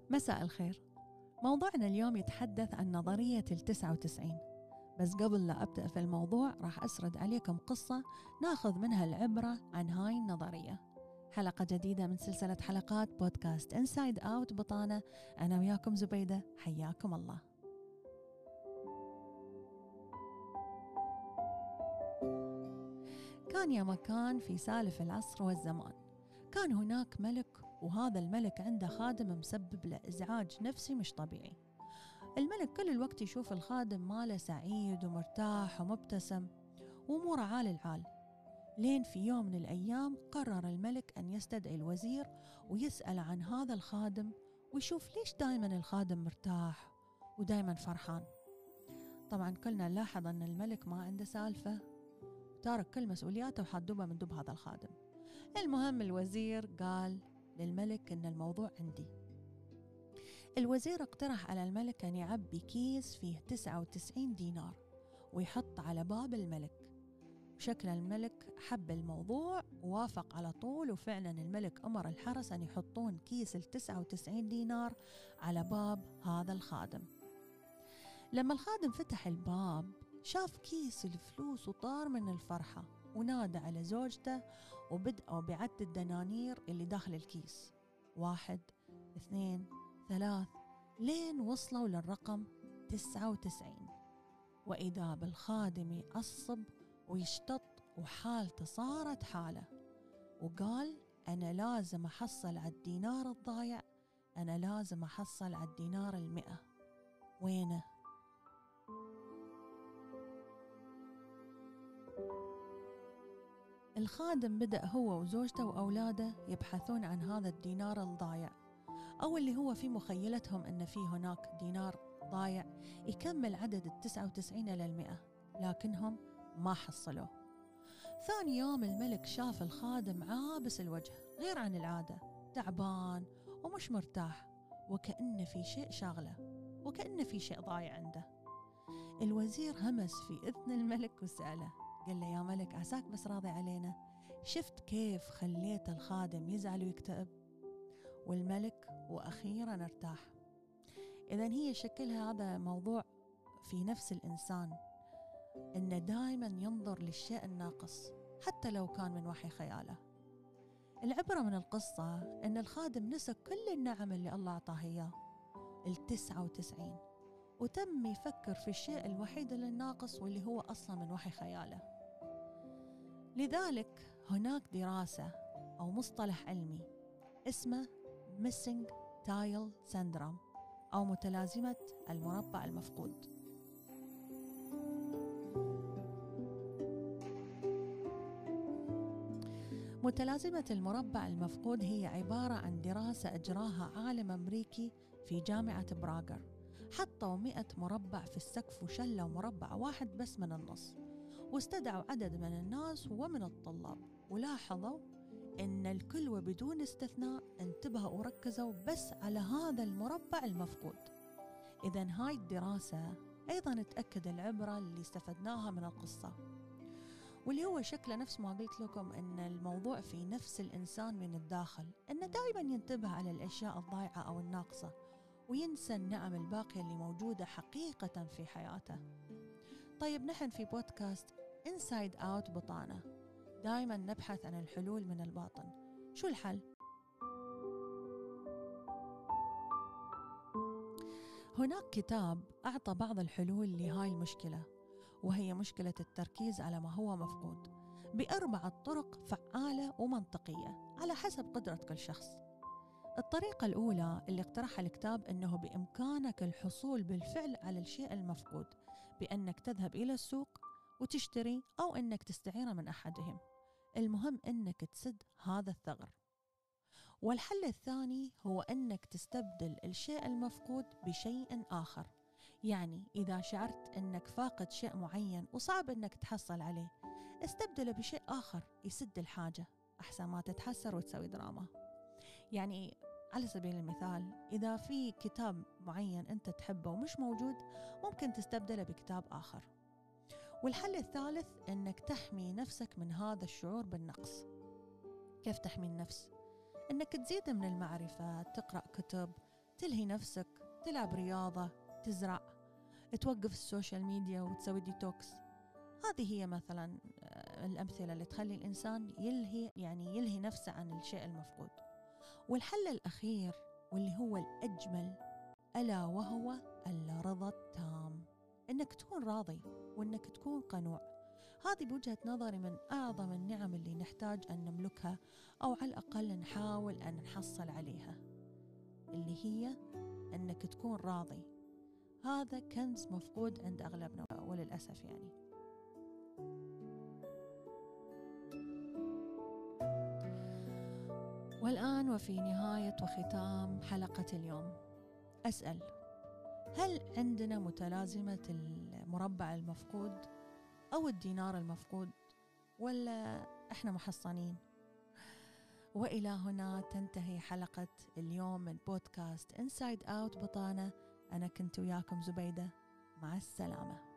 مساء الخير. موضوعنا اليوم يتحدث عن نظرية 99. بس قبل لا أبدأ في الموضوع راح أسرد عليكم قصة ناخذ منها العبرة عن هاي النظرية. حلقة جديدة من سلسلة حلقات بودكاست إنسايد أوت بطانة. أنا وياكم زبيدة، حياكم الله. كان يا مكان في سالف العصر والزمان، كان هناك ملك، وهذا الملك عنده خادم مسبب له إزعاج نفسي مش طبيعي. الملك كل الوقت يشوف الخادم ماله سعيد ومرتاح ومبتسم وأموره عال العال، لين في يوم من الأيام قرر الملك أن يستدعي الوزير ويسأل عن هذا الخادم ويشوف ليش دايما الخادم مرتاح ودايما فرحان. طبعا كلنا نلاحظ أن الملك ما عنده سالفة، تارك كل مسؤولياته وحدوبة من دب هذا الخادم. المهم الوزير قال للملك أن الموضوع عندي. الوزير اقترح على الملك أن يعبي كيس فيه 99 دينار ويحط على باب الملك. شكل الملك حب الموضوع ووافق على طول، وفعلا الملك أمر الحرس أن يحطون كيس 99 دينار على باب هذا الخادم. لما الخادم فتح الباب شاف كيس الفلوس وطار من الفرحة، ونادى على زوجته وبدأوا بعد الدنانير اللي داخل الكيس، 1 2 3 لين وصلوا للرقم 99. وإذا بالخادم يعصب ويشتط وحالته صارت حالة، وقال أنا لازم أحصل على الدينار الضايع، أنا لازم أحصل على الدينار 100. وينه؟ الخادم بدأ هو وزوجته وأولاده يبحثون عن هذا الدينار الضايع، أو اللي هو في مخيلتهم أن في هناك دينار ضايع يكمل عدد 99 إلى 100، لكنهم ما حصلوه. ثاني يوم الملك شاف الخادم عابس الوجه غير عن العادة، تعبان ومش مرتاح، وكأن في شيء شاغله، وكأن في شيء ضايع عنده. الوزير همس في إذن الملك وسأله، قال له يا ملك عساك بس راضي علينا؟ شفت كيف خليت الخادم يزعل ويكتئب؟ والملك وأخيرا ارتاح. إذن هي شكلها هذا موضوع في نفس الإنسان، إنه دائما ينظر للشيء الناقص حتى لو كان من وحي خياله. العبرة من القصة إن الخادم نسى كل النعم اللي الله أعطاه إياه 99، وتم يفكر في الشيء الوحيد اللي الناقص واللي هو أصلا من وحي خياله. لذلك هناك دراسة أو مصطلح علمي اسمه Missing Tile Syndrome أو متلازمة المربع المفقود. متلازمة المربع المفقود هي عبارة عن دراسة أجراها عالم أمريكي في جامعة براغر. حطوا 100 مربع في السقف وشلوا مربع واحد بس من النص، واستدعوا عدد من الناس ومن الطلاب، ولاحظوا أن الكل وبدون استثناء انتبهوا وركزوا بس على هذا المربع المفقود. إذن هاي الدراسة أيضا تأكد العبرة اللي استفدناها من القصة، واللي هو شكله نفس ما قلت لكم أن الموضوع في نفس الإنسان من الداخل، أنه دائما ينتبه على الأشياء الضائعة أو الناقصة وينسى النعم الباقية اللي موجودة حقيقة في حياته. طيب نحن في بودكاست إنسايد أوت بطانة دائما نبحث عن الحلول من الباطن. شو الحل؟ هناك كتاب أعطى بعض الحلول لهاي المشكلة، وهي مشكلة التركيز على ما هو مفقود، ب4 طرق فعالة ومنطقية على حسب قدرة كل شخص. الطريقة الأولى اللي اقترحها الكتاب أنه بإمكانك الحصول بالفعل على الشيء المفقود بأنك تذهب إلى السوق وتشتري أو أنك تستعيره من أحدهم، المهم أنك تسد هذا الثغر. والحل الثاني هو أنك تستبدل الشيء المفقود بشيء آخر، يعني إذا شعرت أنك فاقد شيء معين وصعب أنك تحصل عليه، استبدله بشيء آخر يسد الحاجة أحسن ما تتحسر وتسوي دراما. يعني على سبيل المثال إذا في كتاب معين أنت تحبه ومش موجود، ممكن تستبدله بكتاب آخر. والحل الثالث أنك تحمي نفسك من هذا الشعور بالنقص. كيف تحمي النفس؟ أنك تزيد من المعرفة، تقرأ كتب، تلهي نفسك، تلعب رياضة، تزرع، توقف السوشيال ميديا وتسوي ديتوكس. هذه هي مثلا الأمثلة اللي تخلي الإنسان يلهي نفسه عن الشيء المفقود. والحل الأخير واللي هو الأجمل ألا وهو الرضا التام، إنك تكون راضي وإنك تكون قنوع. هذه بوجهة نظري من أعظم النعم اللي نحتاج أن نملكها، أو على الأقل نحاول أن نحصل عليها، اللي هي أنك تكون راضي. هذا كنز مفقود عند أغلبنا وللأسف يعني. والآن وفي نهاية وختام حلقة اليوم أسأل: هل عندنا متلازمة المربع المفقود أو الدينار المفقود، ولا إحنا محصنين؟ وإلى هنا تنتهي حلقة اليوم من بودكاست إنسايد أوت بطانة. أنا كنت وياكم زبيدة، مع السلامة.